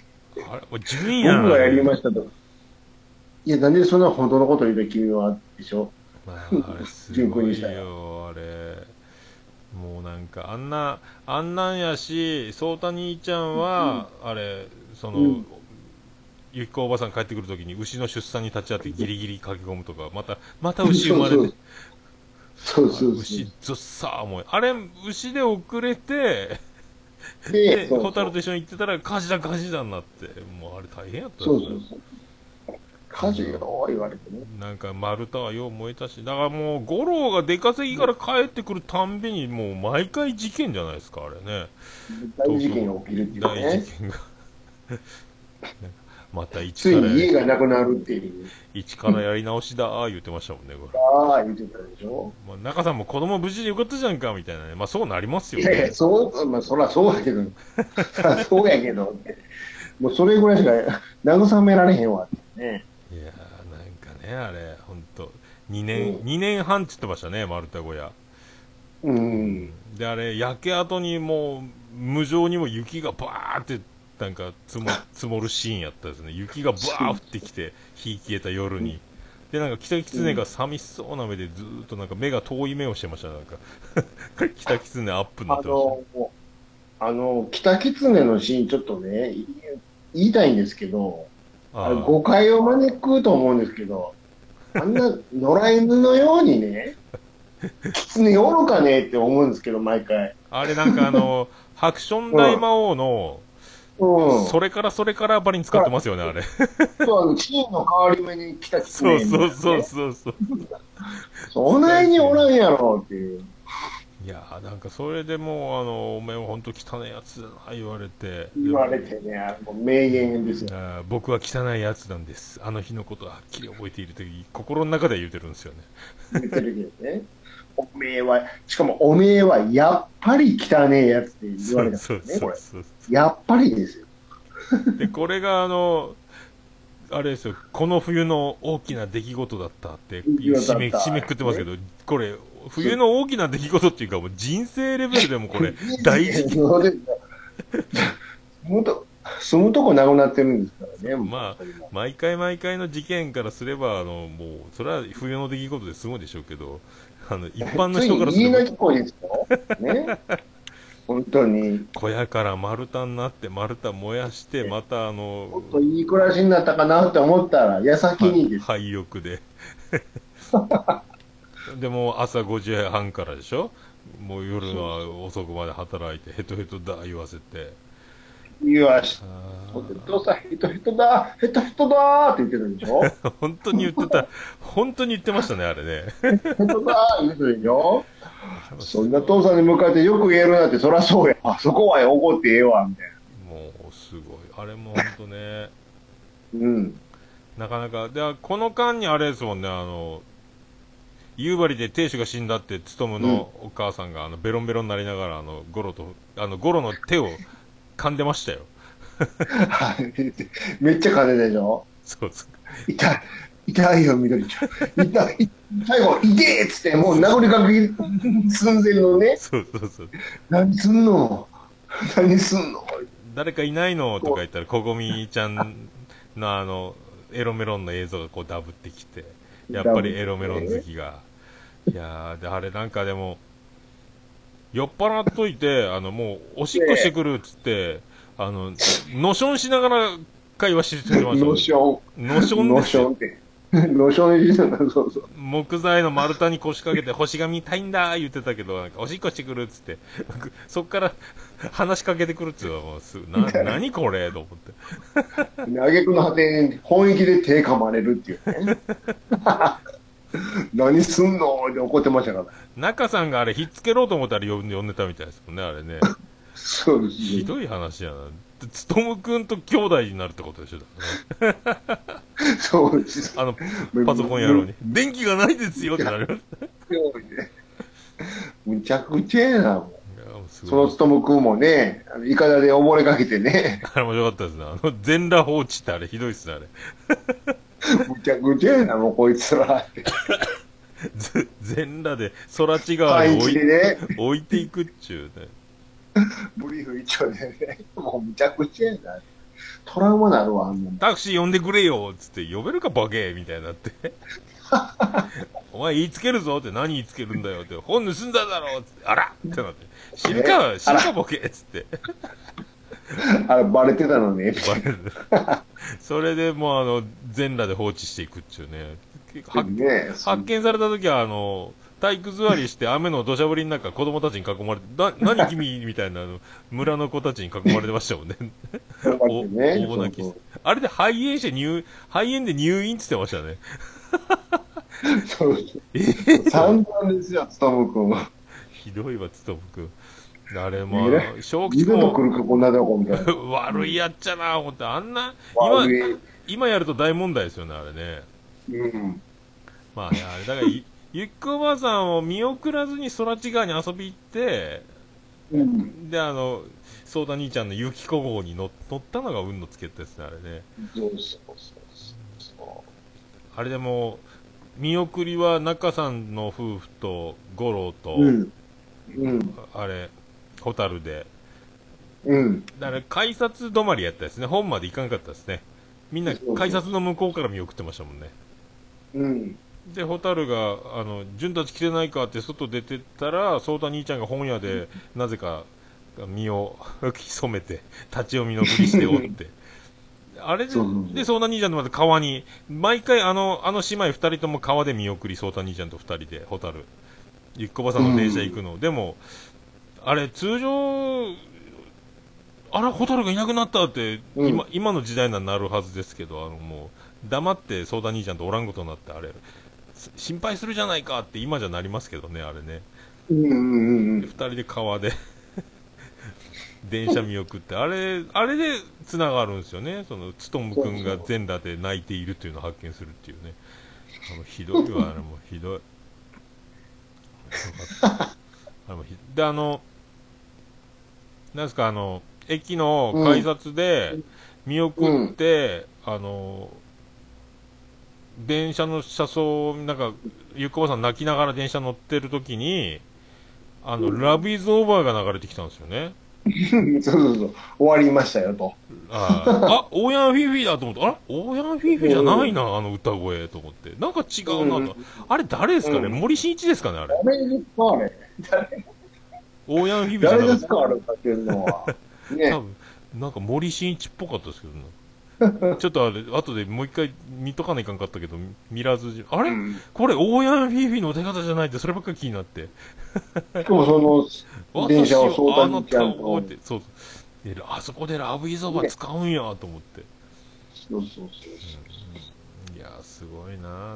あれ、順やん。 僕がやりましたと。いや、なんでそんな本当のこと言うた君は、でしょ。 あれ、すごいよ、あれ。 もうなんか、あんなんやし、そうた兄ちゃんは、あれ、ゆきこおばさん帰ってくるときに牛の出産に立ち会ってギリギリ駆け込むとか、また牛生まれて、牛ずっさーもう、あれ、牛で遅れて、で、ホタルと一緒に行ってたら、火事だになって、もうあれ大変やったですね。 火事よ、言われてね。 なんか丸太はよう燃えたし、だからもう、五郎が出稼ぎから帰ってくるたんびに、もう毎回事件じゃないですか、あれね。 大事件が起きるっていうね。 大事件が。またついに家がなくなるっていう。 一からやり直しだ言ってましたもんね、これ。 ああ、言ってたでしょ。 まあ、中さんも子供無事でよかったじゃんか、みたいなね。まあそうなりますよね。 いやいや、そらそうやけど、そうやけど、もうそれぐらいしか慰められへんわってね。 いやー、なんかね、あれ、ほんと、2年半って言ってましたね、丸太小屋。で、あれ、焼け跡にもう、無情にも雪がバーって、なんか積もるシーンやったですね。雪がバー降ってきて、火消えた夜に。で、なんか、北狐が寂しそうな目でずーっとなんか目が遠い目をしてました、なんか。北狐アップになってまし北狐のシーンちょっとね、言いたいんですけど、誤解を招くと思うんですけど、あんな野良犬のようにね、狐おるかねって思うんですけど、毎回。 あれなんかハクション大魔王の、それからばりに使ってますよね、あれ。 そう、シーンの変わり目に来た狐、ね。 そう。 そないにおらんやろっていう。 いやーなんかそれでもうお前は本当汚いやつだな言われてね、もう名言ですよ。 僕は汚いやつなんです。あの日のことははっきり覚えているという心の中で言うてるんですよね。 言ってるけどね。しかもおめえはやっぱり汚ねえやつって言われたんですね、これ。やっぱりですよ。 で、これがあれですよ、この冬の大きな出来事だったって締めくくってますけど、これ、冬の大きな出来事っていうか、もう人生レベルでもこれ、大事件。 住むとこなくなってるんですからね。 まあ、毎回の事件からすれば、もう、それは冬の出来事で済むでしょうけど、一般の人からすれば。 いい事故ですよ。ね。本当に。 小屋から丸太になって、丸太燃やして、またもっといい暮らしになったかなって思ったら、矢先にです。 廃屋で。でも朝5時半からでしょ、もう夜は遅くまで働いてヘトヘトだ言わせて言わしどうさヘトヘトだって言ってたでしょ本当に言ってましたね、あれね。 ヘトヘトだ言ってたでしょそんな父さんに向かってよく言えるなって、そりゃそうや、そこは怒ってええわみたいな。もうすごいあれも本当ねなかなかで、この間にあれですもんね、夕張で亭主が死んだって勉のお母さんがベロンベロンになりながらゴロの手を噛んでましたよ。 めっちゃ噛んでたでしょ。 そう痛いよ緑ちゃん、最後痛えっつってもう殴りかけ寸前のね。 そう何すんの誰かいないのとか言ったらこごみちゃんのエロメロンの映像がこうダブってきて、やっぱりエロメロン好きが。いやー、で、あれなんかでも、酔っ払っといて、もう、おしっこしてくるっつって、のしょんしながら会話してました。 のしょんですよ。のしょんしながら、そう。 木材の丸太に腰掛けて、星が見たいんだー言ってたけど、なんか、おしっこしてくるっつって、そっから話しかけてくるっつうのはもう何これと思って。 挙句の果てに本域で手噛まれるっていうね。何すんのって怒ってましたから。 中さんがあれ、ひっつけろうと思ったら呼んでたみたいですもんね、あれね。 そうですね。 ひどい話やな。つとむくんと兄弟になるってことでしょ、だから、ね。 そうです。 パソコンやろうに。電気がないですよってなります。 むちゃくちゃやな、もう。そのつとむくんもね、イカダで溺れかけてね。 あれ面白かったですね。全裸放置ってあれ、ひどいっすね、あれ。 むちゃくちゃやな、もうこいつらって。 全裸で空地側に置いていくっちゅうね。 ブリーフ一丁でね、もうむちゃくちゃやな。トラウマなるわ、あんなタクシー呼んでくれよっつって、呼べるかバケーみたいになって。 お前言いつけるぞって、何言いつけるんだよって、本盗んだだろって、あらってなって、死ぬかボケっつって。 あれ、バレてたのね。 バレる。それでもう全裸で放置していくっちゅうね。発見された時は、体育座りして雨の土砂降りの中、子供たちに囲まれて、何君みたいな、村の子たちに囲まれてましたもんね。大泣きして。あれで肺炎で入院って言ってましたね。 そう散々ですよ、つとむくんは。 ひどいわ、つとむくん。あれも、 正気も来るか、こんなとこみたいな。 悪いやっちゃな、思って、あんな、今やると大問題ですよね、あれね。 うん。 まあね、あれ、だから、ゆっくおばあさんを見送らずに空知川に遊び行って、 うん、 で、ソーダ兄ちゃんの雪小号に乗ったのが運のつけたですね、あれね。あれでも、見送りは中さんの夫婦と五郎と、あれ、ホタルで。だから改札止まりやったですね。本まで行かなかったですね。みんな改札の向こうから見送ってましたもんね。で、ホタルが、純たち来てないかって外出てったら、ソータ兄ちゃんが本屋で、なぜか、身を潜めて、立ち読みのふりしておって。あれで、で、ソータ兄ちゃんとまた川に、毎回姉妹二人とも川で見送り、ソータ兄ちゃんと二人で、ホタル。ゆっこばさんの電車行くの。でも、あれ、通常、あら、ホタルがいなくなったって、今の時代なるはずですけど、もう、黙ってソータ兄ちゃんとおらんことになって、あれ、心配するじゃないかって今じゃなりますけどね、あれね。二人で川で電車見送って、あれで繋がるんですよね。つとむくんが全裸で泣いているというのを発見するっていうね。ひどいわ、あれもひどい。で、なんですか、駅の改札で見送って、電車の車窓、なんか、ゆっこばさん泣きながら電車乗ってる時に、ラブイズオーバーが流れてきたんですよね。 そう終わりましたよと。 オーヤンフィーフィーだと思って、あれオーヤンフィーフィーじゃないな、歌声と思って。なんか違うなと。あれ誰ですかね、森進一ですかね、あれ。 誰ですか、あれ。 オーヤンフィーフィーじゃないですか、あれ歌ってるのは。ね。 多分、なんか森進一っぽかったですけどね。ちょっとあれ、後でもう一回見とかないかんかったけど、見らず、あれ、これ、オーヤンフィーフィーの出方じゃないって、そればっかり気になって。 しかも電車を相談にちゃんと。 そう。あそこでラブイズオーバー使うんや、と思って。 そう。 いや、すごいな、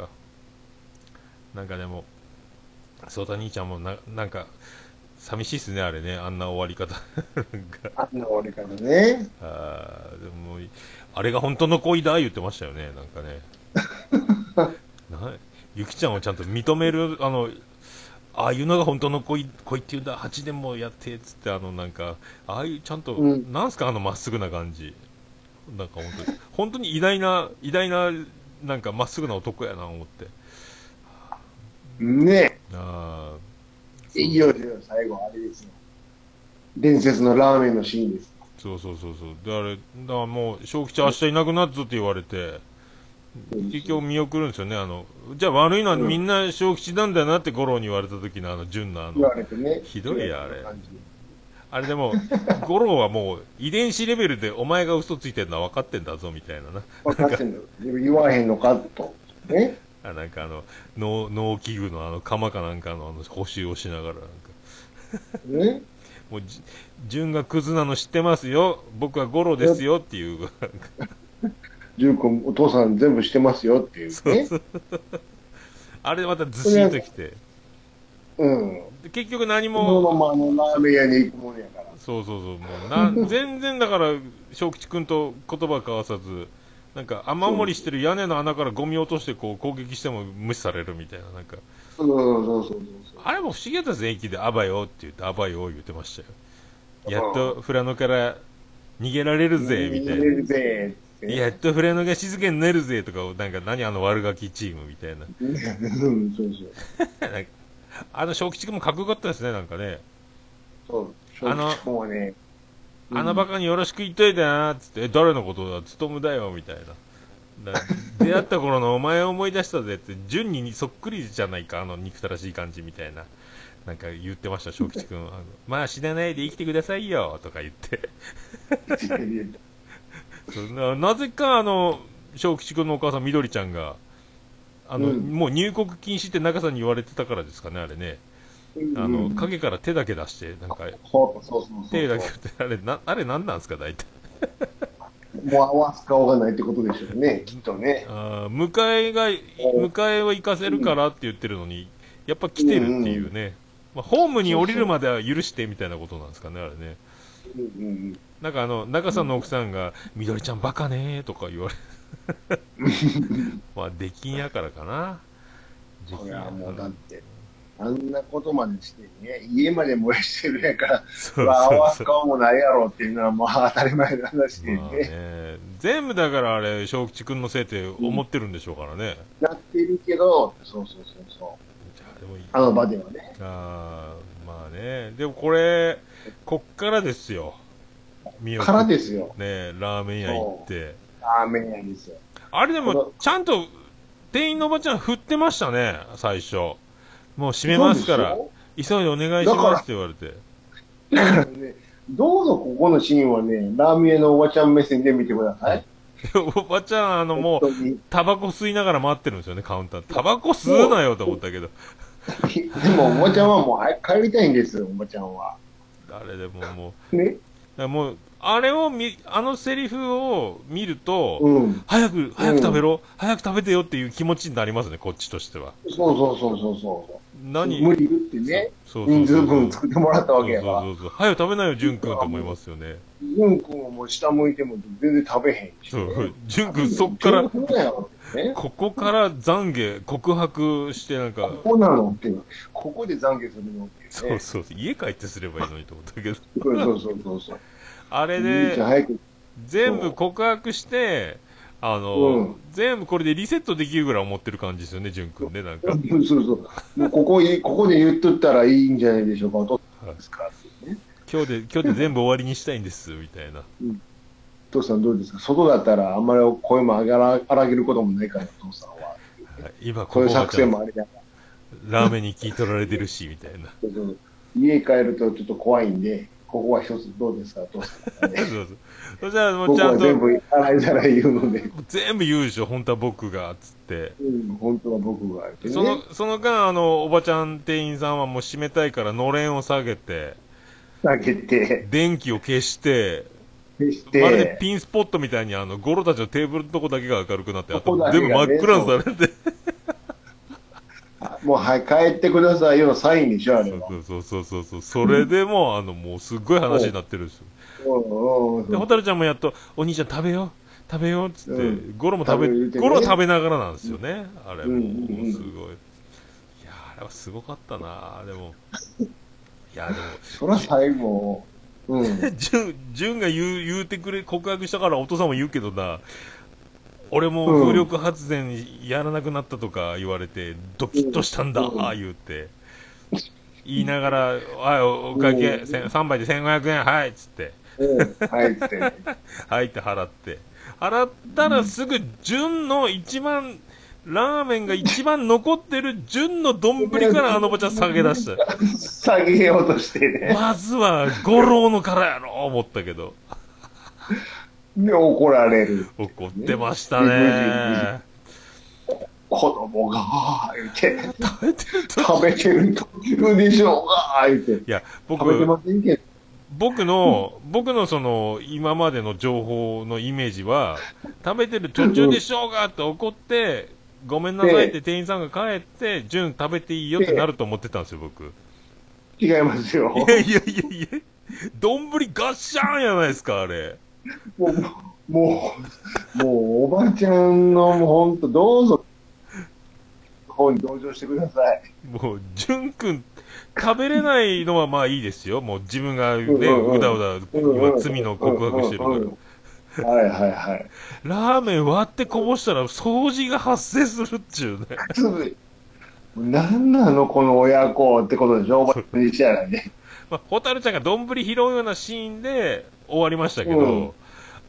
なんかでも、ソータ兄ちゃんもなんか、寂しいっすね、あれね、あんな終わり方。 あんな終わり方ね。でも、あれが本当の恋だ、言ってましたよね、なんかね。ゆきちゃんをちゃんと認める、ああいうのが本当の恋っていうんだ、8年もやって、つって、なんか、ああいうちゃんと、なんすか、まっすぐな感じ。なんか本当に偉大な、なんかまっすぐな男やな、思って。 ねえ。いよいよ最後あれですよ。伝説のラーメンのシーンです。 そう。だからもう、小吉明日いなくなっぞって言われて、結局見送るんですよね。じゃあ悪いのはみんな小吉なんだよなって五郎に言われた時の純の言われてね。 ひどいや、あれ。あれでも、五郎はもう遺伝子レベルでお前が嘘ついてるのは分かってんだぞ、みたいなな。 分かってんだよ。言わへんのかと。ね。 なんか農機具の釜かなんかの補修をしながらなんか。 ね。 もう、純がクズなの知ってますよ。僕は五郎ですよっていう。 純君、お父さん全部してますよっていうね。そうあれまたずしんときて。結局何も。 そのままラーメン屋に行くもんやから。 そう。もう全然だから、小吉君と言葉交わさず、なんか雨漏りしてる屋根の穴からゴミ落としてこう攻撃しても無視されるみたいな、なんか。 そう。 あれも不思議だったですね、駅で、あばよって言って、あばよ言ってましたよ。やっと富良野から逃げられるぜ、みたいな。逃げれるぜ。やっと富良野が静かになるぜとか、なんか何悪ガキチームみたいな。そう。小吉君もかっこよかったですね、なんかね。 そう、小吉君はね。 バカによろしく言っといてなーっつって、誰のことだ、つとむだよ、みたいな。 出会った頃のお前を思い出したぜって、順にそっくりじゃないか、憎たらしい感じみたいな。なんか言ってました、小吉くん。まあ死なないで生きてくださいよ、とか言って。なぜか小吉くんのお母さん、みどりちゃんが、もう入国禁止って中さんに言われてたからですかね、あれね。影から手だけ出して、なんか、手だけって、あれ何なんですか、大体。 もう合わす顔がないってことでしょうね、きっとね。 迎えを行かせるからって言ってるのに、やっぱ来てるっていうね。ホームに降りるまでは許してみたいなことなんですかね、あれね。なんか中さんの奥さんが、みどりちゃんバカねーとか言われまあ、出禁やからかな。 そりゃもうだって、あんなことまでしてね、家まで燃やしてるやから、合わす顔もないやろっていうのはもう当たり前の話でね。 全部だからあれ、小吉くんのせいって思ってるんでしょうからね。 なってるけど、そう。あの場ではね。 まあね。でもこっからですよ。 からですよ。 ね、ラーメン屋行って。 ラーメン屋ですよ。 あれでも、ちゃんと、店員のおばちゃん振ってましたね、最初。もう閉めますから、急いでお願いしますって言われて。 だからね、どうぞここのシーンはね、ラーメン屋のおばちゃん目線で見てください。 おばちゃん、もう、タバコ吸いながら待ってるんですよね、カウンター。タバコ吸うなよと思ったけど。 でも、おばちゃんはもう早く帰りたいんですよ、おばちゃんは。 誰でもね。もう、あのセリフを見ると、早く食べろ、早く食べてよっていう気持ちになりますね、こっちとしては。 そう。無理言ってね、人数分作ってもらったわけやから。 早く食べないよ、淳くんと思いますよね。 淳くんはもう下向いても全然食べへんし。 淳くんそっから、ここから懺悔、告白してなんか。 ここなのって、ここで懺悔するのって。 そう、家帰ってすればいいのにと思ったけど。 そう。 あれで、全部告白して、全部これでリセットできるぐらい思ってる感じですよね、淳くんね、なんか。 そう。もうここで言っとったらいいんじゃないでしょうか、お父さんですかってね。 今日で全部終わりにしたいんです、みたいな。 お父さんどうですか、外だったらあんまり声も荒げることもないから、お父さんは。 今こういう作戦もありながら。ラーメンに聞い取られてるし、みたいな。 家帰るとちょっと怖いんで、ここは一つどうですか、お父さん、ね。 そしたらもうちゃんと。 全部洗いざらい言うので。 全部言うでしょ、本当は僕が、つって。 本当は僕が、ね。 その間、おばちゃん店員さんはもう閉めたいから、のれんを下げて、電気を消して、まるでピンスポットみたいにゴロたちのテーブルのとこだけが明るくなって、あと全部真っ暗にされて。 もう、はい、帰ってくださいよのサインでしょ、あれは。 そう。それでももうすっごい話になってるんですよ。で、蛍ちゃんもやっと、お兄ちゃん食べようっつって、ゴロ食べながらなんですよね。あれもう、すごい。いや、あれはすごかったな、でも。いや、でも。 そら最後、 純が言うてくれ、告白したからお父さんも言うけどな、俺も風力発電やらなくなったとか言われて、ドキッとしたんだ、言うて。言いながら、お会計、3杯で1500円、はいっつって。 はいっつって。 はいって払ったらすぐ、純のラーメンが一番残ってる純の丼からおばちゃん下げ出した。 下げようとしてね。 まずは、五郎のからやろ、思ったけど。 で、怒られる。 怒ってましたね。 子供が、言って。食べてる途中でしょうが、言って。いや、食べてませんけど。 僕のその、今までの情報のイメージは、食べてる途中でしょうがって怒って、ごめんなさいって店員さんが帰って、純食べていいよってなると思ってたんですよ、僕。 違いますよ。 いや。丼ガッシャーンやないですか、あれ。 もう、おばちゃんの、もうほんと、どうぞ、方に同情してください。 もう、淳くん、食べれないのはまあいいですよ。もう自分がね、うだうだ、今罪の告白してるから。 はい。 ラーメン割ってこぼしたら掃除が発生するっちゅうね。 なんなのこの親子ってことでしょ、おばちゃんにしちゃね。 まあ、蛍ちゃんが丼拾うようなシーンで終わりましたけど、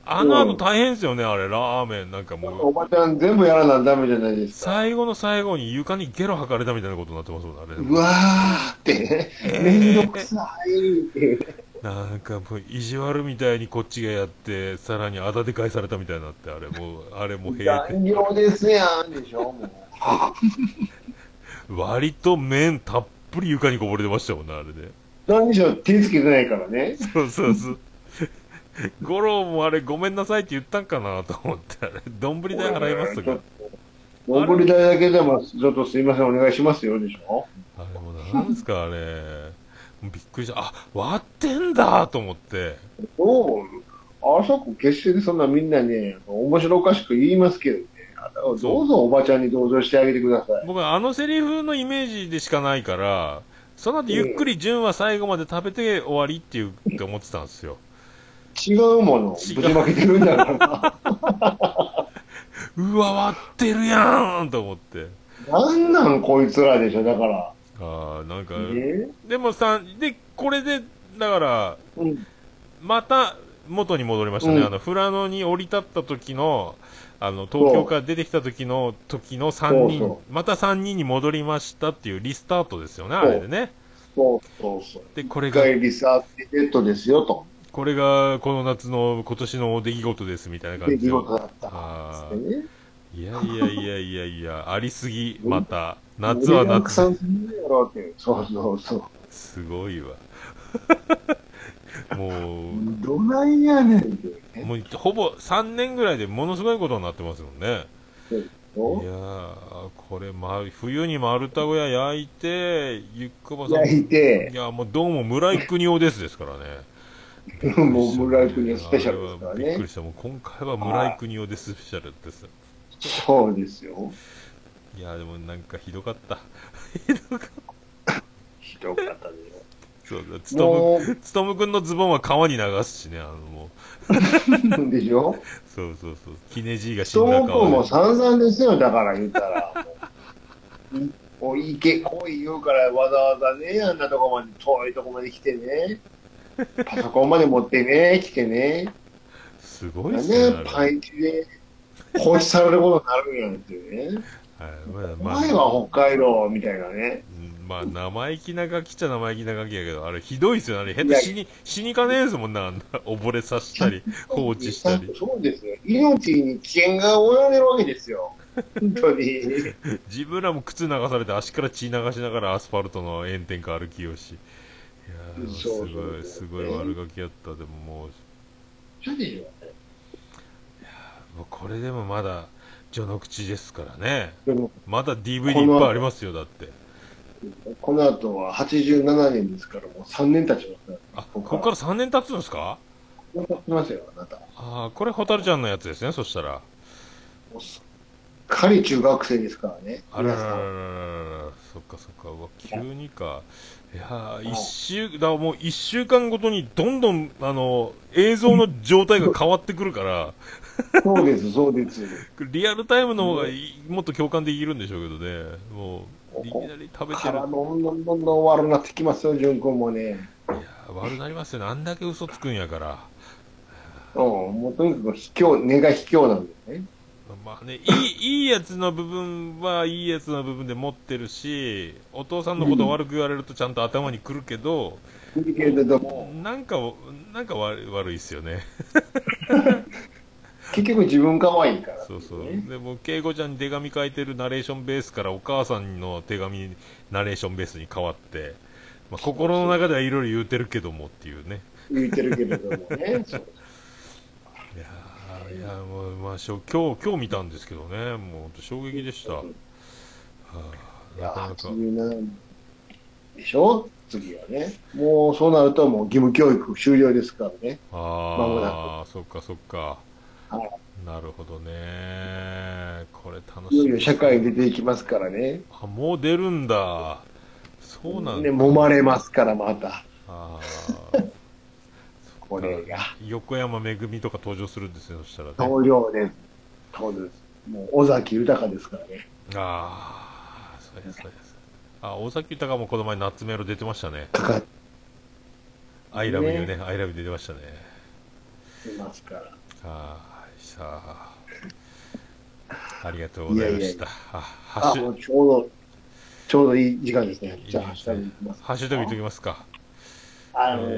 あの後大変ですよね、あれ、ラーメン。なんかもう。 おばちゃん全部やらなダメじゃないですか。 最後の最後に床にゲロ吐かれたみたいなことになってますもんね、あれ。 うわーってね。めんどくさいっていうね。 なんかもう意地悪みたいにこっちがやって、さらにあだで返されたみたいになって、あれも閉残業ですやんでしょ、もう。割と麺たっぷり床にこぼれてましたもんね、あれで。 何でしょう、手つけてないからね。 そうそうそう。五郎もあれごめんなさいって言ったんかなと思って、あれ、丼代払いますとか。 丼代だけでも、ちょっとすいません、お願いしますよ、でしょ。 あれもなんですか、あれ。びっくりした。あ、割ってんだと思って。 そう、あそこ決してそんなみんなね、面白おかしく言いますけどね。どうぞおばちゃんに同情してあげてください。 僕はあのセリフのイメージでしかないから、その後ゆっくり順は最後まで食べて終わりって思ってたんですよ。 違うもの、ぶちまけてるんだからな。 うわ、割ってるやんと思って。 なんなんこいつらでしょ、だから。 ああ、なんか、でもさ、これで、だから、また元に戻りましたね。富良野に降り立った時の、東京から出てきた時の3人、また3人に戻りましたっていうリスタートですよね、あれでね。 そう。 で、これが、 リスタートですよと。 これがこの夏の今年の出来事ですみたいな感じで。 出来事だったんですね。 いや、ありすぎ、また。夏は夏。 そう。 すごいわ。もう、 どないやねんって、 ね。もう、ほぼ3年ぐらいでものすごいことになってますもんね。いやー、これ、冬に丸太小屋焼いて、ゆっこばさん。 焼いて。 いや、もうどうも村井国夫ですからね。 もう村井国夫スペシャルですからね。 びっくりした。もう今回は村井国夫でスペシャルです。 そうですよ。 いや、でもなんかひどかった。 ひどかったね。 そうだ、つとむくんのズボンは川に流すしね、もう。でしょ。 そう。キネジーが死んだ川で。 つとむくんも散々ですよ、だから言ったら。もう来い言うからわざわざね、あんなとこまで、遠いとこまで来てね。パソコンまで持ってね、来てね。 すごいっすね。 パンチで放置されることになるんやんっていうね。前は北海道みたいなね。 まあ、生意気なガキっちゃ生意気なガキやけど、あれひどいっすよ、あれ。下手死にかねえですもんな、溺れさせたり、放置したり。 そうですよ。命に危険が及んでるわけですよ。本当に。 自分らも靴流されて足から血流しながらアスファルトの炎天下歩きをし。いやすごい悪ガキやった。でももう。 そうでしょ。いやこれでもまだ序の口ですからね。まだ DVD いっぱいありますよ、だって。 この後は87年ですから、もう3年経ちます。 ここから3年経つんですか？ 経ちますよ、あなた。 これ、ホタルちゃんのやつですね、そしたら。 すっかり中学生ですからね。 あららららら、そっか。急にか。いやもう1週間ごとにどんどん、映像の状態が変わってくるから。 そうです。 リアルタイムの方がもっと共感できるんでしょうけどね。もう、いきなり食べてる。 どんどん悪くなってきますよ、淳君もね。いや、 悪なりますよね。あんだけ嘘つくんやから。 もうとにかく根が卑怯なんですね。 まあね、いいやつの部分はいいやつの部分で持ってるし、お父さんのこと悪く言われるとちゃんと頭にくるけど、なんか悪いっすよね。 結局自分可愛いから、 そう。でも、恵子ちゃんに手紙書いてるナレーションベースからお母さんの手紙ナレーションベースに変わって、心の中ではいろいろ言うてるけどもっていうね。 言うてるけれどもね。 いやもう今日見たんですけどね、もう衝撃でした。 なかなか。87年でしょ、次はね。もうそうなるともう義務教育終了ですからね。 そっか。なるほどね。これ楽しみ。 いよいよ社会に出ていきますからね。 もう出るんだ。そうなんだ。 揉まれますから、また。これが。 横山めぐみとか登場するんですよ、そしたらね。 登場です。もう、尾崎豊ですからね。 そうです。尾崎豊もこの前夏メロ出てましたね。I love you ね。I love you 出てましたね。 出ますから。 さありがとうございました。 もうちょうどいい時間ですね。じゃあ、ハッシュタグいきます。 ハッシュタグいっときますか。 ハッ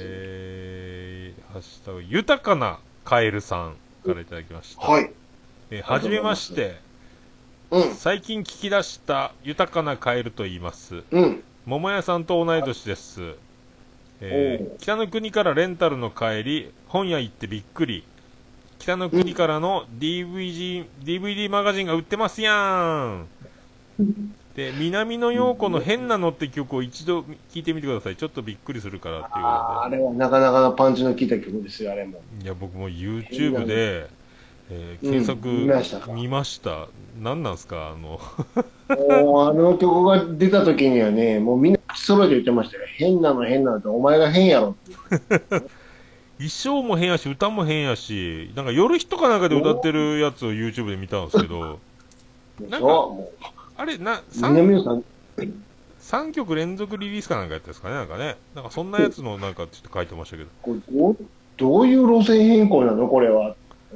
シュタグ、豊かなカエルさんからいただきました。 はい。 はじめまして。最近聞き出した豊かなカエルと言います。桃屋さんと同い年です。北の国からレンタルの帰り、本屋行ってびっくり。北の国からの DVD マガジンが売ってますやん。で、南野陽子の変なのって曲を一度聴いてみてください。ちょっとびっくりするからっていうことで。 あれはなかなかのパンチの効いた曲ですよ、あれも。 いや、僕も YouTube で、検索見ました。何なんすか、 もうあの曲が出た時にはね、もうみんな口揃えて言ってましたよ。変なのって、お前が変やろって衣装も変やし、歌も変やし、なんか夜人かなんかで歌ってるやつを YouTube で見たんですけど、なんか、あれ、3曲連続リリースかなんかやったんですかね、なんかね。なんかそんなやつのなんかちょっと書いてましたけど。 これどういう路線変更なのこれは。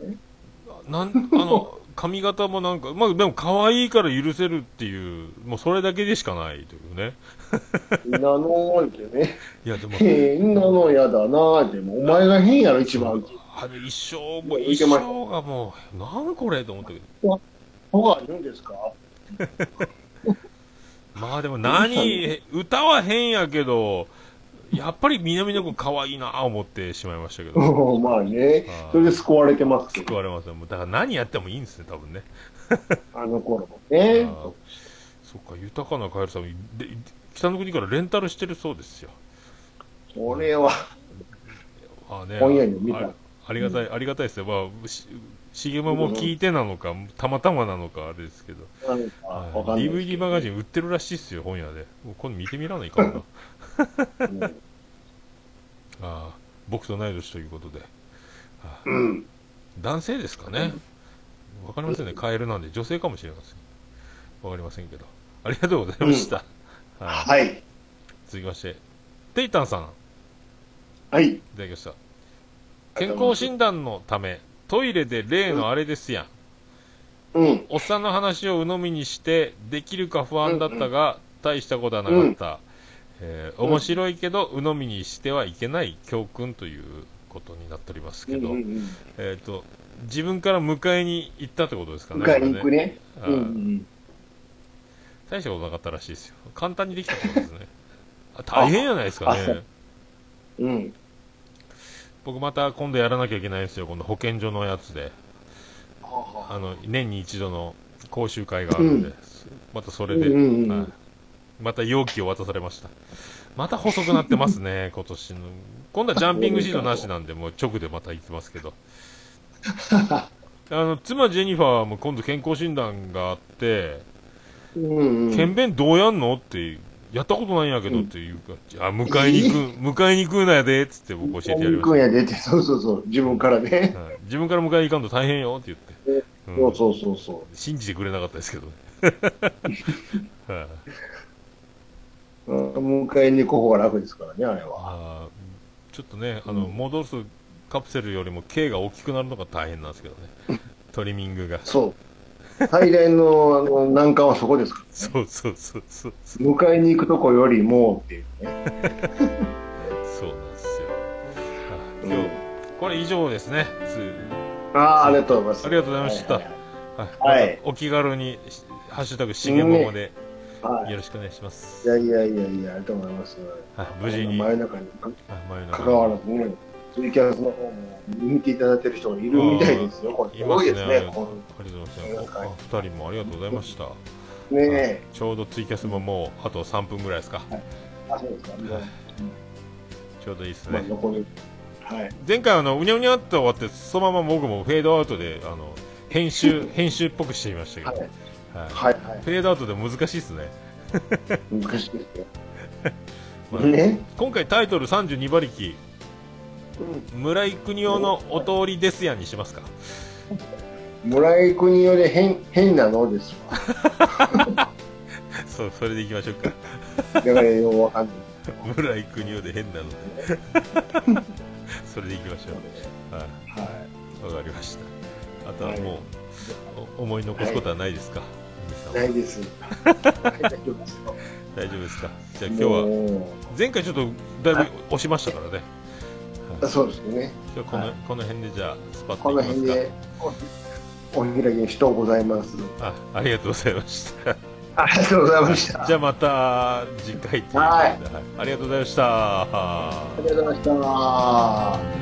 髪型もなんか、まあでも可愛いから許せるっていう、もうそれだけでしかないというね。 なのってね。 いやでも。 変なのやだなーって、お前が変やろ、一番。 衣装がもう、なんこれと思ったけど。 他あるんですかまあでも歌は変やけど、やっぱり南野君可愛いなぁ思ってしまいましたけど。 まあね、それで救われてますけど。 救われますよ。だから何やってもいいんですね、多分ね。 あの頃もね。 そっか、豊かなカエルさん、北の国からレンタルしてるそうですよ。 それは、 ね、 本屋に見た。 ありがたいですよ。まあ、重間も聞いてなのか、たまたまなのかあれですけど。DVD マガジン売ってるらしいっすよ、本屋で。今度見てみらないかな。僕と同い年ということで。男性ですかね。わかりませんね。カエルなんで女性かもしれません。わかりませんけど。ありがとうございました。 はい。 続きまして、テイタンさん。 はい。いただきました。健康診断のため、トイレで例のあれですやん。おっさんの話を鵜呑みにして、できるか不安だったが、大したことはなかった。面白いけど、鵜呑みにしてはいけない教訓ということになっておりますけど、自分から迎えに行ったってことですかね。 迎えに行くね。 大したことなかったらしいですよ。簡単にできたってことですね。大変じゃないですかね。僕また今度やらなきゃいけないんですよ。今度保健所のやつで。年に一度の講習会があるんで、またそれで、また容器を渡されました。また細くなってますね、今年の。今度はジャンピングシートなしなんで、もう直でまた行ってますけど。妻ジェニファーも今度健康診断があって、検便どうやんのってやったことないんやけどっていうか、迎えに行くんやでっつって僕教えてやりました。 迎えに行くんやでって、そう自分からね、 自分から迎えに行かんと大変よって言って、 そう信じてくれなかったですけどね。 迎えに行く方が楽ですからね、あれは。 ちょっとね、戻すカプセルよりも径が大きくなるのが大変なんですけどね。トリミングが。 そう。最大の難関はそこですから、 ね。そう。 迎えに行くとこよりもっていうね。 そうなんですよ。今日、これ以上ですね。 ありがとうございます。 ありがとうございました。お気軽に、ハッシュタグしげももで、よろしくお願いします。 いや、ありがとうございます。 無事に。 真夜中に関わらずね、ツイキャスの方も見ていただいてる人がいるみたいですよ。これすごいですね。ありがとうございます。 2人もありがとうございました。 ね、 ちょうどツイキャスももうあと3分ぐらいですか。 そうですか。 ちょうどいいですね。 前回うにゃうにゃっと終わって、そのまま僕もフェードアウトで編集っぽくしてみましたけど、フェードアウトで難しいですね。 難しいですよ。 今回タイトル32馬力、村井邦夫のお通りですやんにしますか。 村井邦夫で変なのですわ。それでいきましょうか。 だからようわかんない。 村井邦夫で変なので。それでいきましょう。 わかりました。あとはもう、思い残すことはないですか？ ないです。大丈夫ですよ。 大丈夫ですか？じゃあ今日は、前回ちょっとだいぶ押しましたからね。 そうですね。 今日この辺でじゃあ、スパッといきますか。この辺でお開きにしとうございます。 ありがとうございました。 ありがとうございました。 じゃあまた次回ということで、ありがとうございました。 ありがとうございました。